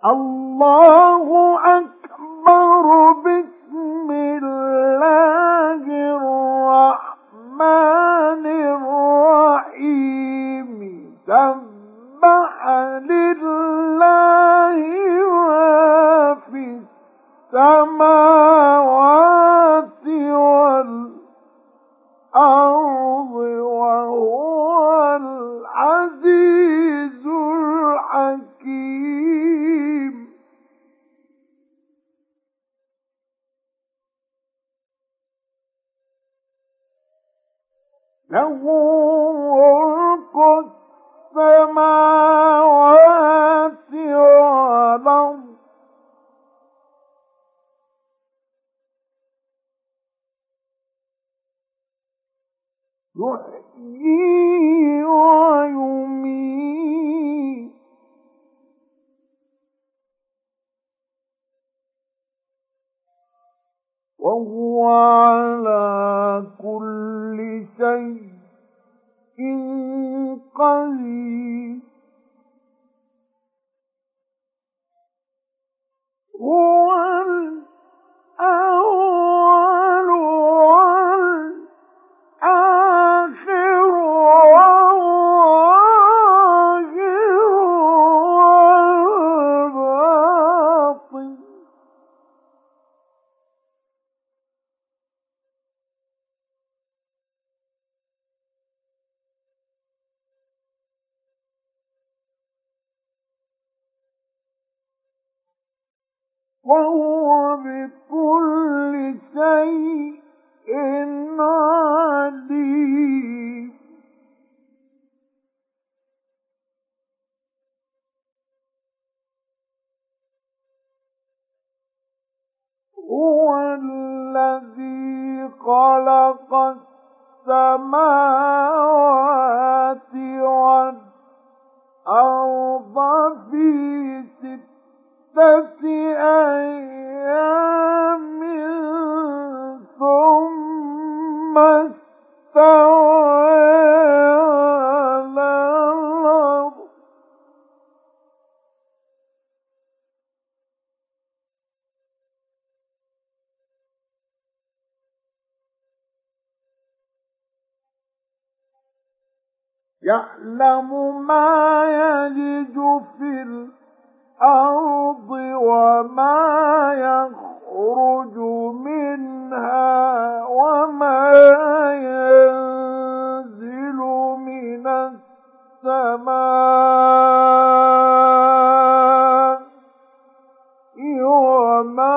الله أكبر. بسم الله الرحمن الرحيم. سبح لله ما في السماوات والأرض وهو العزيز الحكيم. له ملك السماوات والأرض يحيي ويميت وهو على كل شيء قدير. هو الأول والآخر والظاهر والباطن. وهو بكل شيء عليم. هو الذي خلق السماوات والأرض في 6 أيام ثم استوى على الأرض. يعلم ما يلج في الأرض وما يخرج منها وما ينزل من السماء وما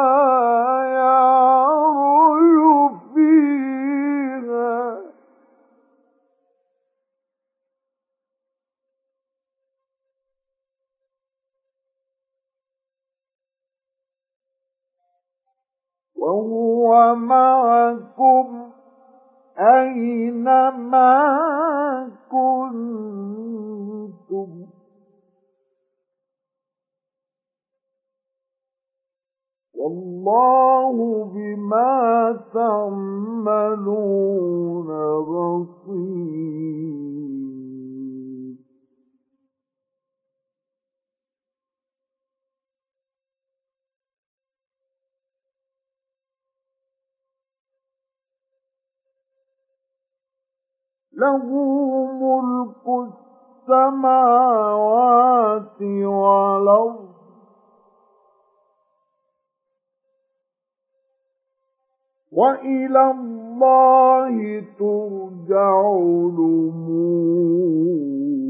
يعرج فيها. وهو معكم أينما كنتم والله بما تعملون بصير. له ملك السماوات والأرض وإلى الله ترجع الأمور.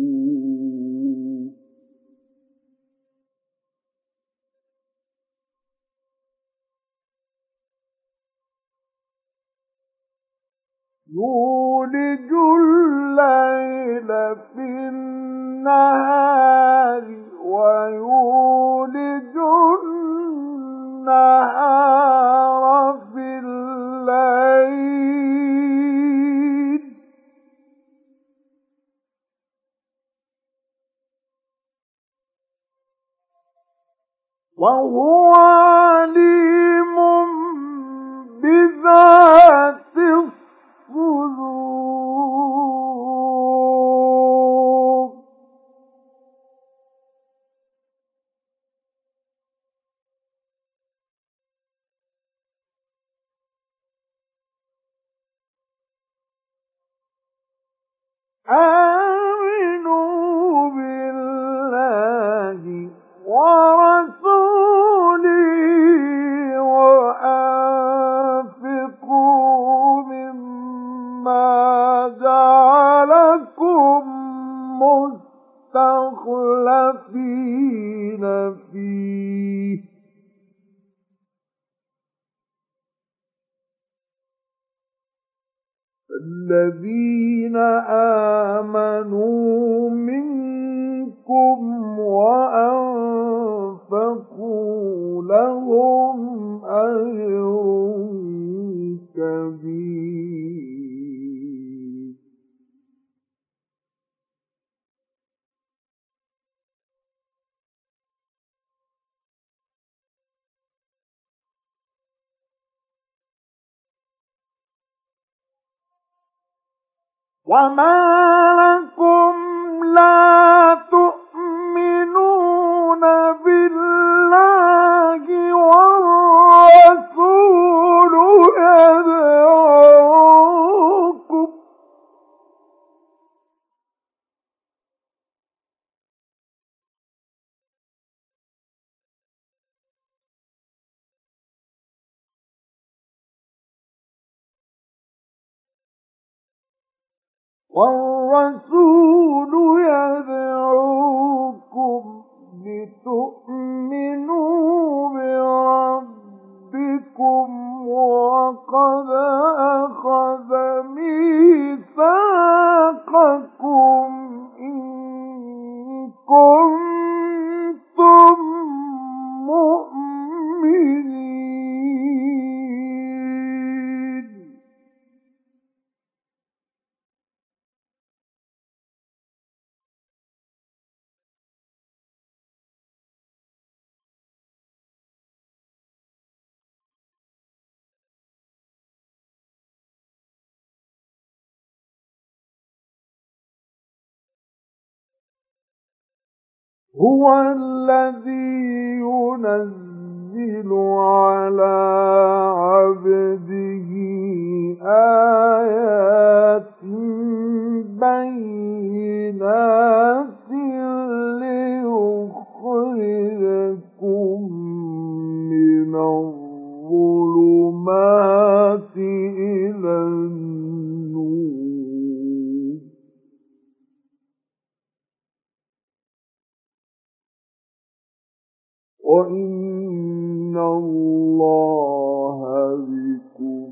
يولج الليل في النهار ويولج النهار في الليل وهو عليم بذات الصدور. آمنوا بالله ورسوله وأنفقوا مما جعلكم مستخلفين فيه الذين آمنوا منكم وأنفقوا لهم أجر كبير وما لكم لا تؤمنون بالله والرسول يدعوكم لتؤمنوا بربكم وقد أخذ ميثاقكم إن كنتم مؤمنين هو الذي ينزل على عبده آيات بينات ليخرجكم من الظلمات إلى النور وإن الله بكم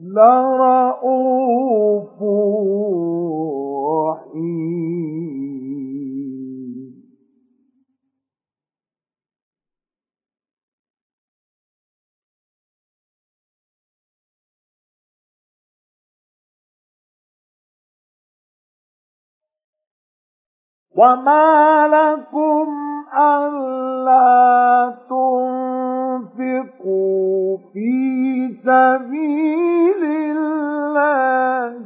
لرءوف رحيم وما لكم ألا تنفقوا في سبيل الله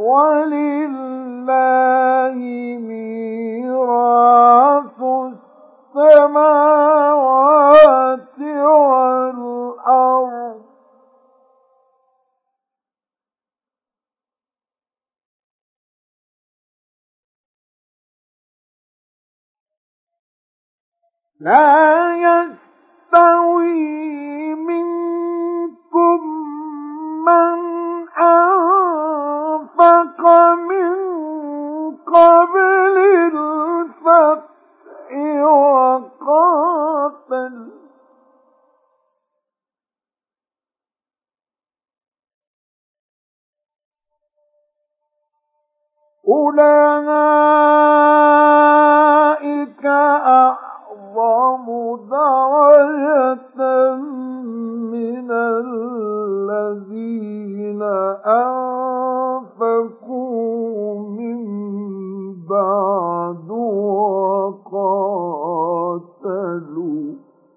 ولله ميراث السماوات والأرض لا يستوي منكم من أنفق من قبل الفتح وقاتل أولئك أعظم درجة من الذين أنفقوا من بعد وقاتلوا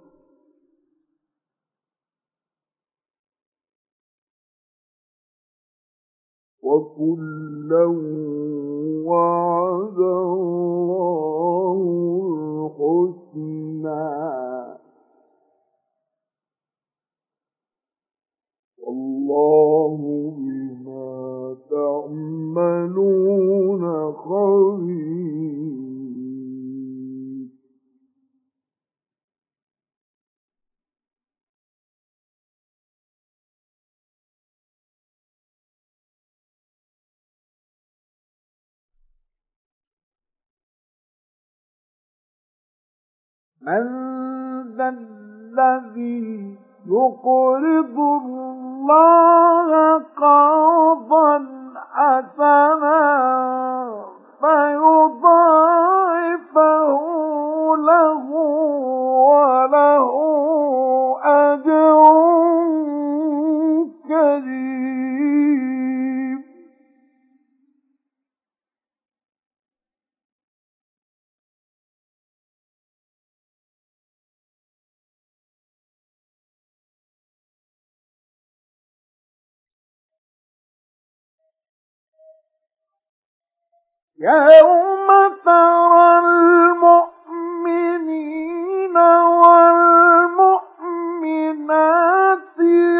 وكلا وعد الله الحسنى والله بما تعملون خبير من ذا الذي يقرض الله قرضا حسنا فيضاعفه له وله أجر كريم. يوم ترى المؤمنين والمؤمنات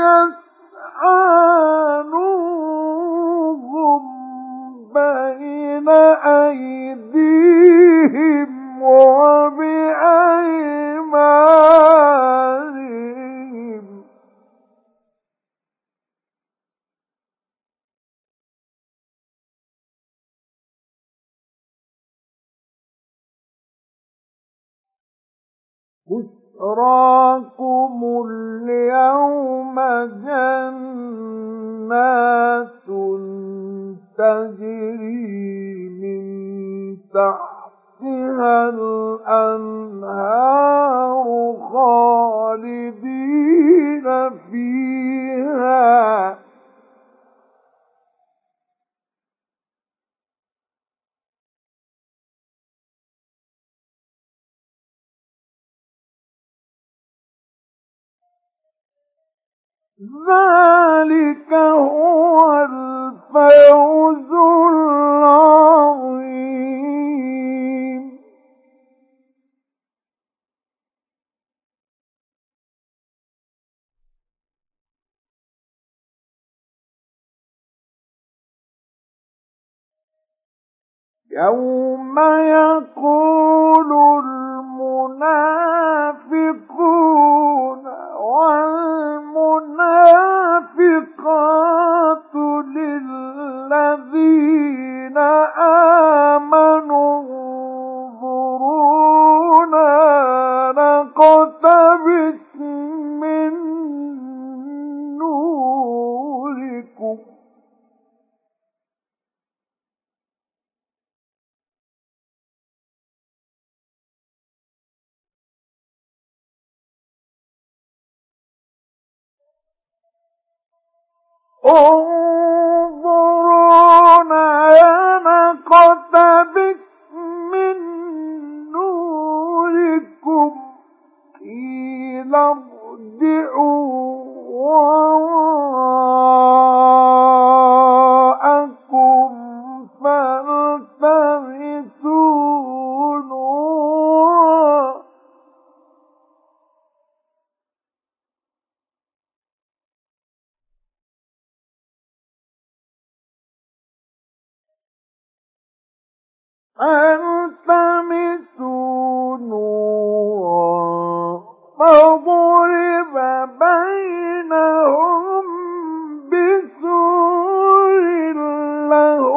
يسعى نورهم بين أيديهم وبأيمانهم بشراكم اليوم جنات تجري من تحتها الأنهار خالدين فيها ذلك هو الفوز العظيم. يوم يقول المنافقون والمنافقات للذين آمنوا انظرونا نقتبس من نوركم انظرونا نقتبس من نوركم قيل ارجعوا وراءكم فالتمسوا نورا فضرب بينهم بسور له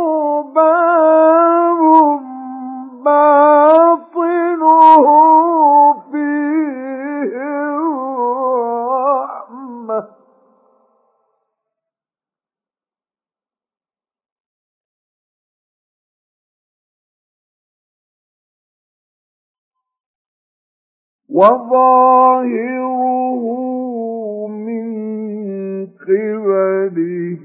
باب باطنه فيه الرحمة وظاهره من قبله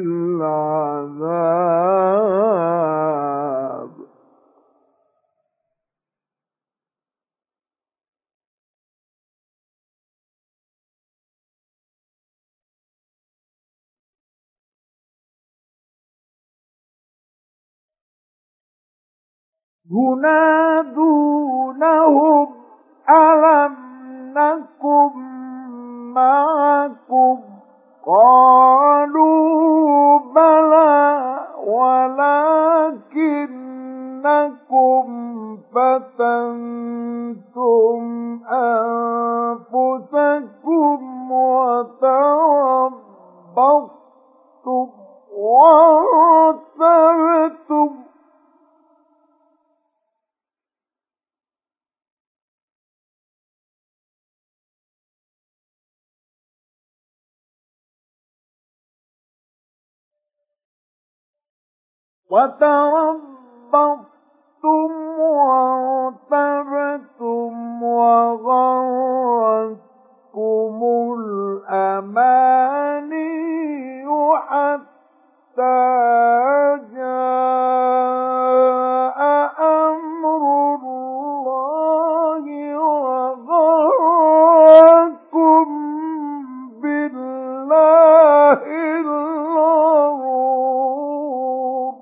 العذاب ينادونهم ألم نكن معكم قالوا بلى ولكنكم فتنتم أنفسكم وتربصتم وارتبتم وتربصتم وارتبتم وغرتكم الأماني حتى جاء أمر الله وغركم بالله الغرور.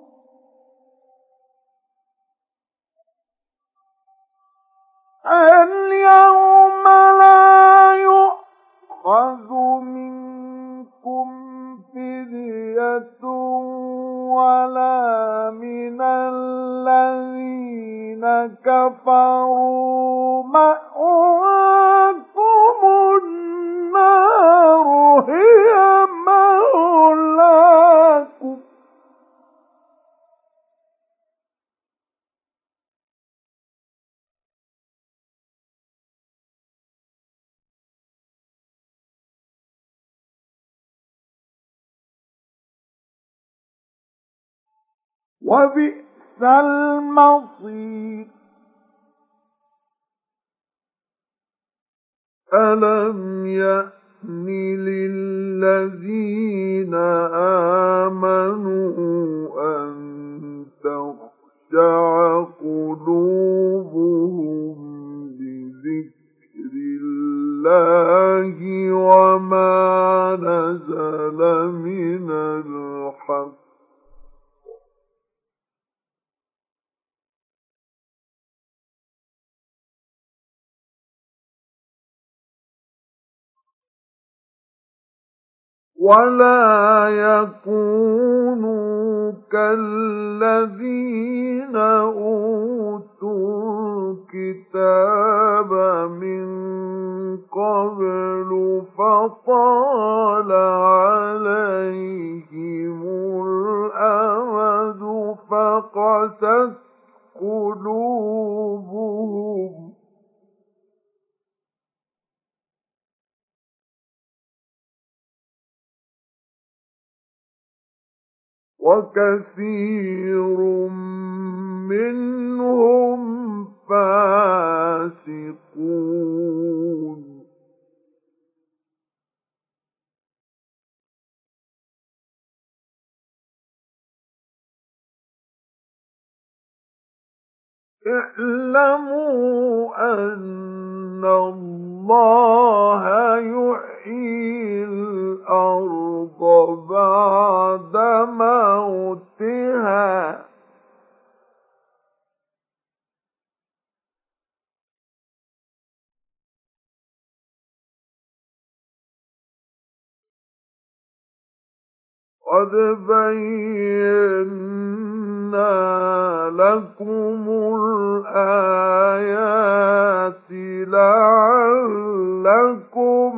اليوم لا يؤخذ منكم فدية ولا من الذين كفروا مأواكم النار هي مولاكم وبئس المصير. ألم يأن للذين آمنوا أن تخشع قلوبهم لذكر الله وما نزل من الحق ولا يكونوا كالذين أوتوا الكتاب من قبل فطال عليهم الأمد فقست قلوبهم وكثير منهم فاسقون. اعلموا أن الله يحيي الأرض بعد موتها قد بينا لكم الآيات لعلكم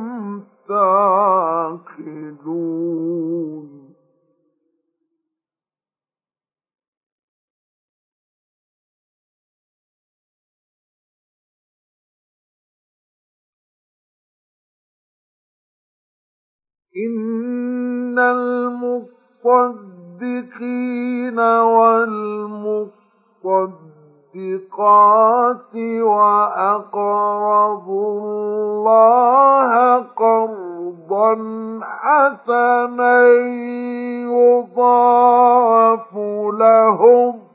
تعقلون. إن المصدقين والمصدقات وأقرضوا الله قرضا حسنا يضاعف لهم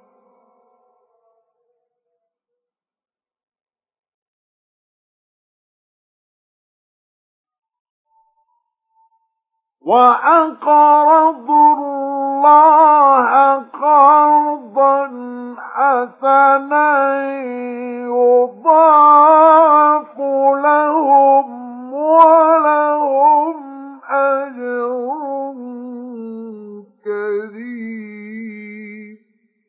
وأقرضوا الله قرضا حسنا يضاعف لهم ولهم أجر كريم.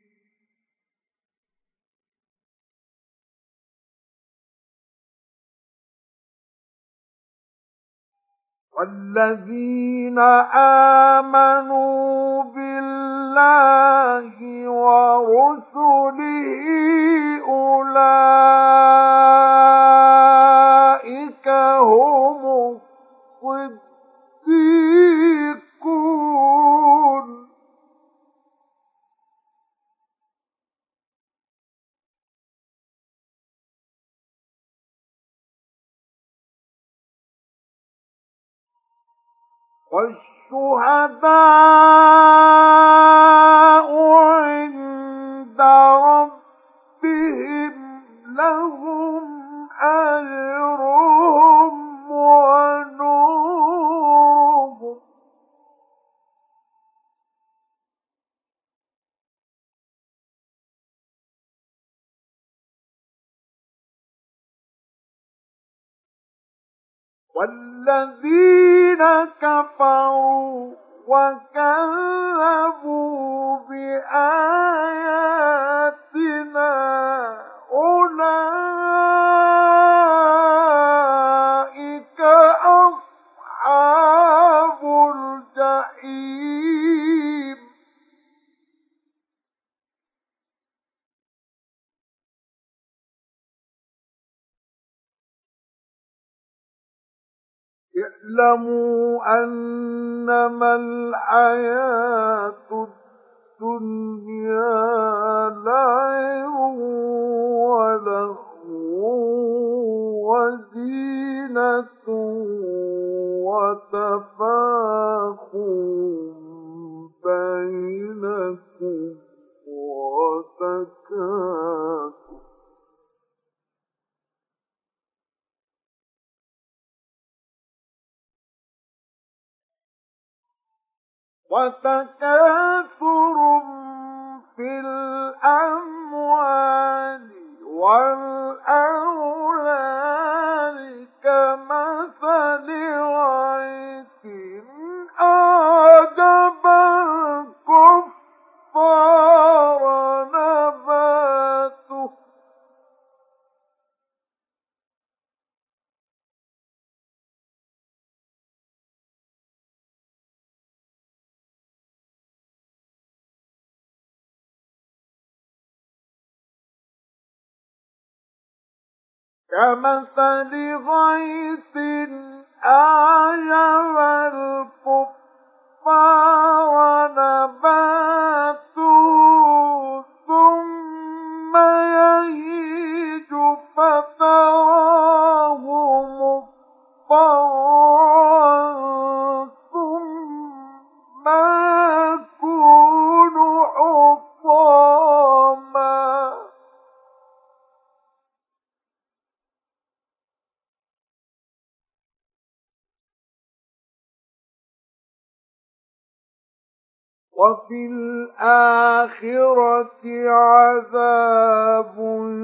والذين آمنوا بالله ورسله أولئك هم الصديقون والشهداء عند ربهم لهم أجرهم ونورهم والذين كفروا وكذبوا بآياتنا أولئك أصحاب الجحيم اعلموا أنما الحياة الدنيا لعب ولهو وزينة وتفاخر بينكم وتكاثر في الأموال والأولاد كمثل غيث أعجب الكفار نباته كمثل غيث أعجب الكفار نباته ثم يهيج فتراه مصفرا ثم يكون حطاما وفي الآخرة عذاب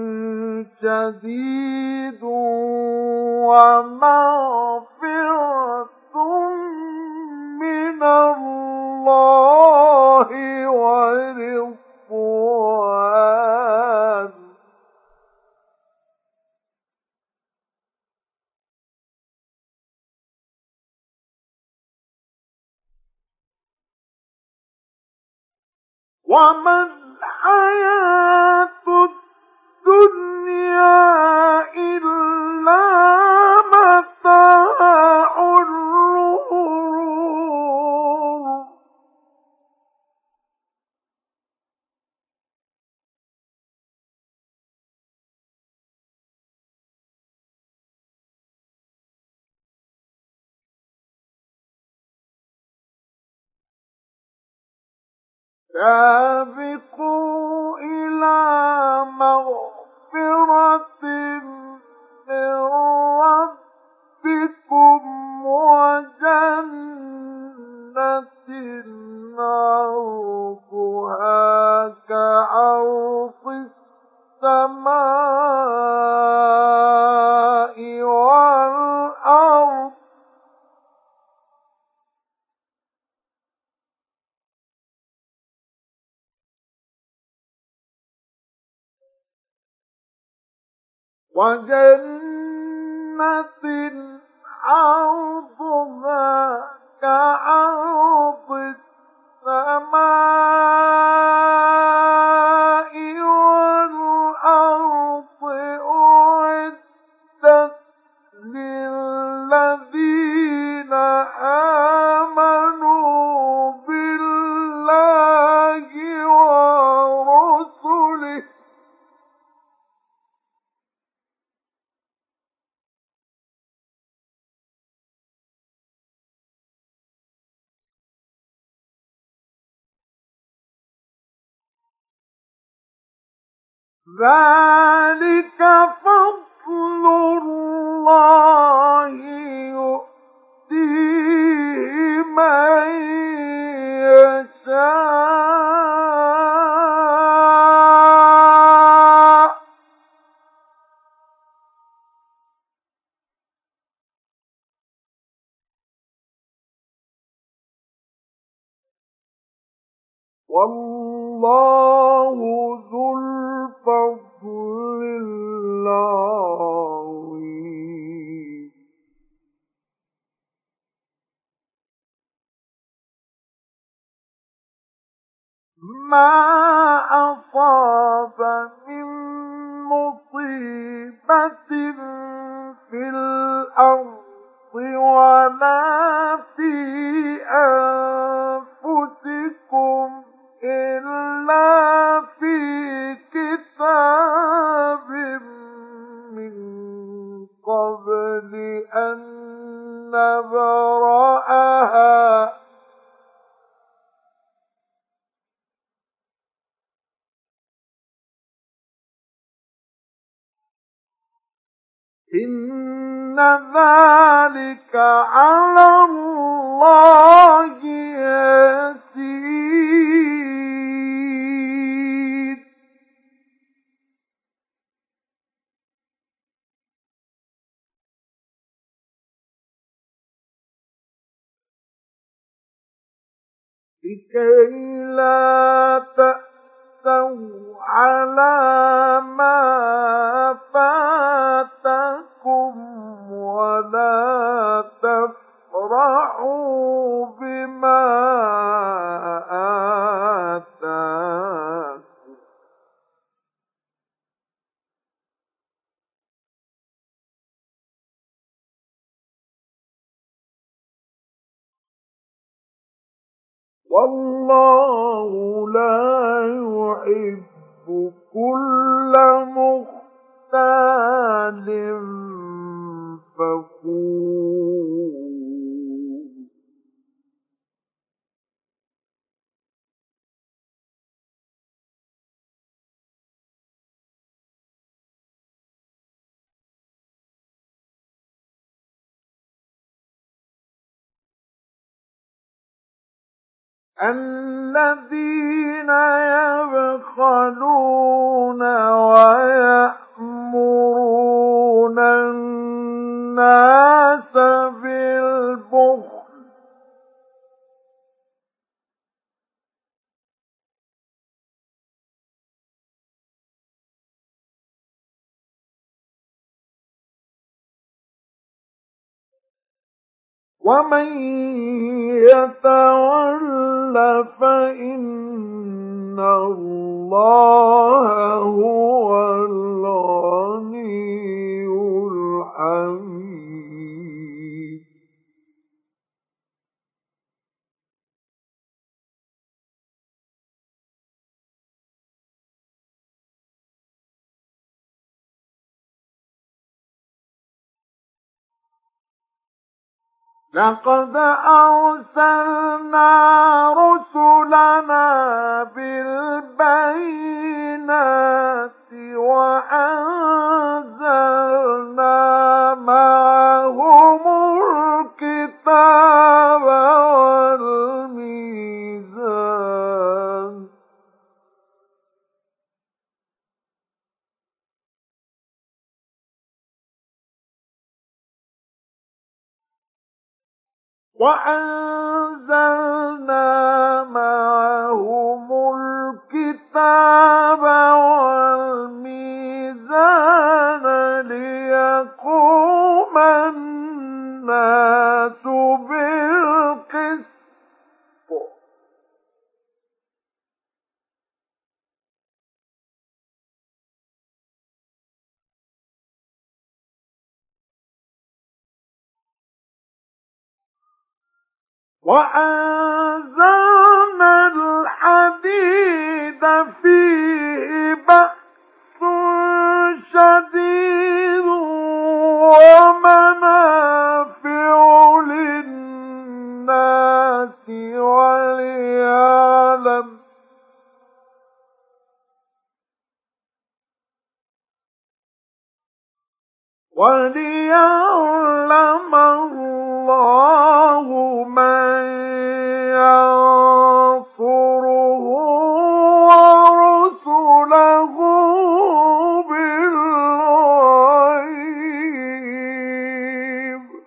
شديد ومغفرة من الله ورضوان وما الحياة الدنيا إلا متاع الغرور سابقوا إلى مغفرة من ربكم وجنة عرضها كعرض السماء والأرض وجنة عرضها كعرض السماء والأرض أعدت للذين آمنوا بالله ورسله ذلك فضل الله يؤتيه من يشاء والله ذو الفضل العظيم. ما أصاب من مصيبة في الأرض ولا في أنفسكم إلا في كتاب من قبل أن نبرأها إن ذلك على الله يسير. لكي لا تأسوا على ما فاتكم ولا تفرحوا بما آتاكم والله لا يحب كل مختال فخور. الذين يبخلون ويأمرون الناس بالبخل ومن يتول فإن الله هو الغني الحميد. لقد أرسلنا رسلنا بالبينات وأنزلنا معهم الكتاب والميزان ليقوم الناس بالقسط وأنزلنا الحديد فيه بأس شديد ومنافع للناس وليعلم وَلِيَعْلَمَ اللَّهُ مَن يَنصُرُهُ وَرُسُلَهُ بِالْغَيْبِ ۚ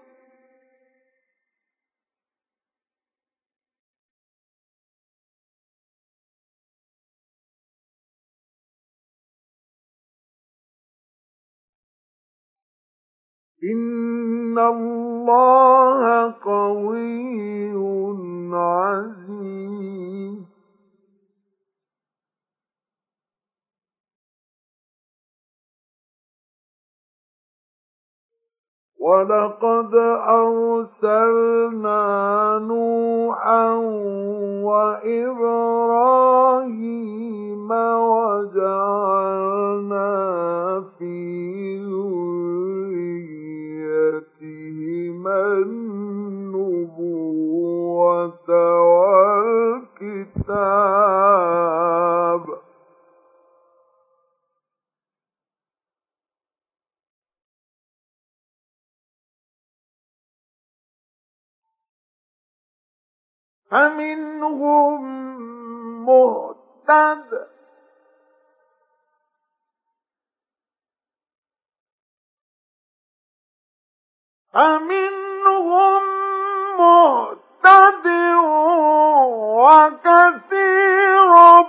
إِنَّ اللَّهَ قَوِيٌّ عَزِيزٌ. وَلَقَدْ أَرْسَلْنَا نُوحًا وَإِبْرَاهِيمَ وَجَعَلْنَا فِي ذُرِّيَّتِهِمَا النُّبُوَّةَ وَالْكِتَابَ ۖ فَمِنْهُم مُّهْتَدٍ وَكَثِيرٌ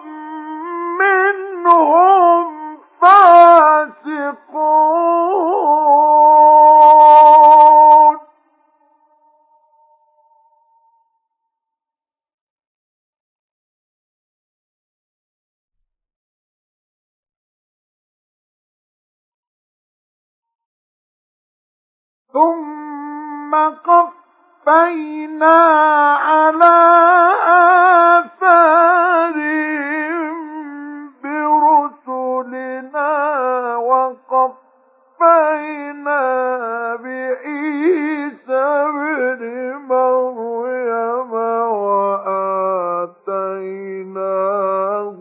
مِّنْهُمْ فَاسِقُونَ. ثُمَّ قَفَّيْنَا عَلَى آثَارِهِم بِرُسُلِنَا وَقَفَّيْنَا بِعِيسَى ابْنِ مَرْيَمَ وَآتَيْنَاهُ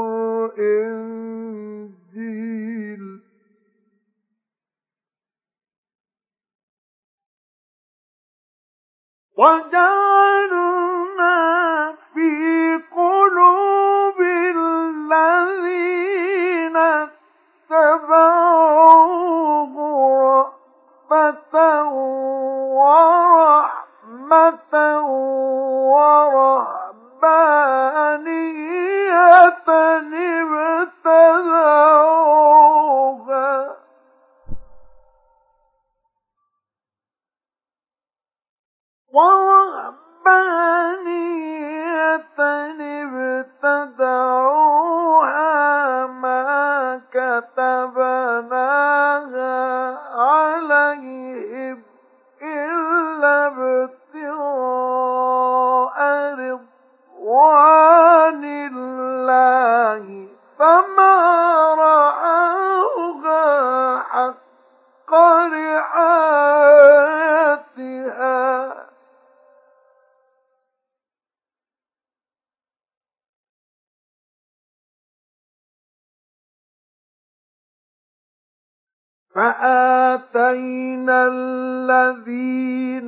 الْإِنجِيلَ وَجَعَلْنَا فِي قُلُوبِ الَّذِينَ اتَّبَعُوهُ رَأْفَةً وَرَحْمَةً وَرَهْبَانِيَّةً ابْتَدَعُوهَا مَا كَتَبْنَاهَا عَلَيْهِمْ إِلَّا ابْتِغَاءَ رِضْوَانِ اللَّهِ فَمَا رَعَوْهَا حَقَّ رِعَايَتِهَا فَآتَيْنَا الَّذِينَ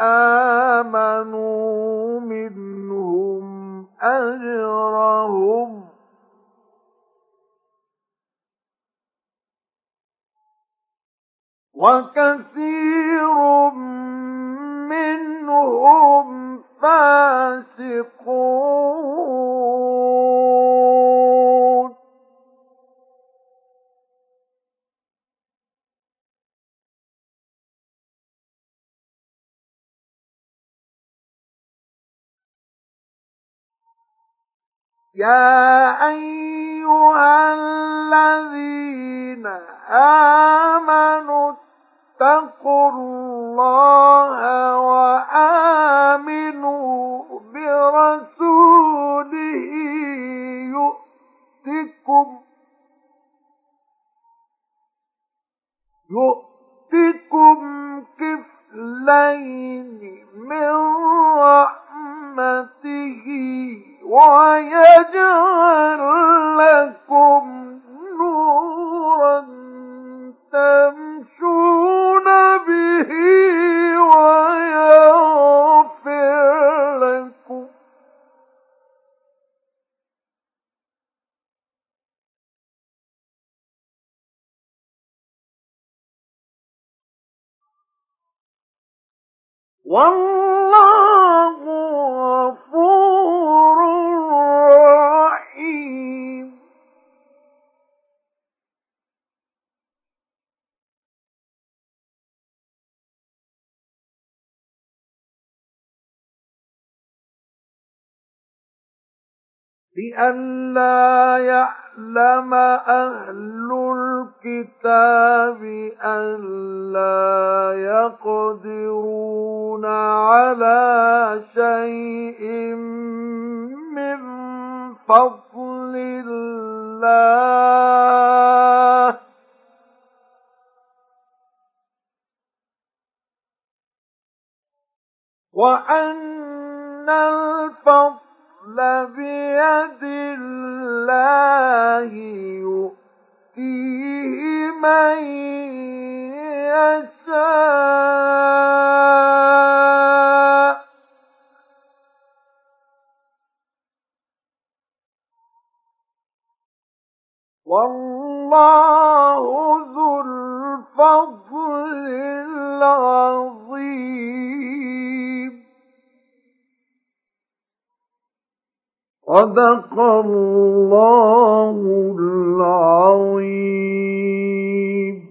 آمَنُوا مِنْهُمْ أَجْرَهُمْ وَكَثِيرٌ مِّنْهُمْ فَاسِقُونَ. يَا أَيُّهَا الَّذِينَ آمَنُوا اتَّقُوا اللَّهَ وَآمِنُوا بِرَسُولِهِ يُؤْتِكُمْ كِفْلَيْنِ مِنْ رَحْمَتِهِ وَيَجْعَلْ لَكُمْ نُورًا تَمْشُونَ والله غفور رحيم لئلا يعلم أهل الكتاب ألا يقدرون على شيء من فضل الله وأن الفضل بيد الله يؤتيه من يشاء والله ذو الفضل العظيم صدق الله العظيم.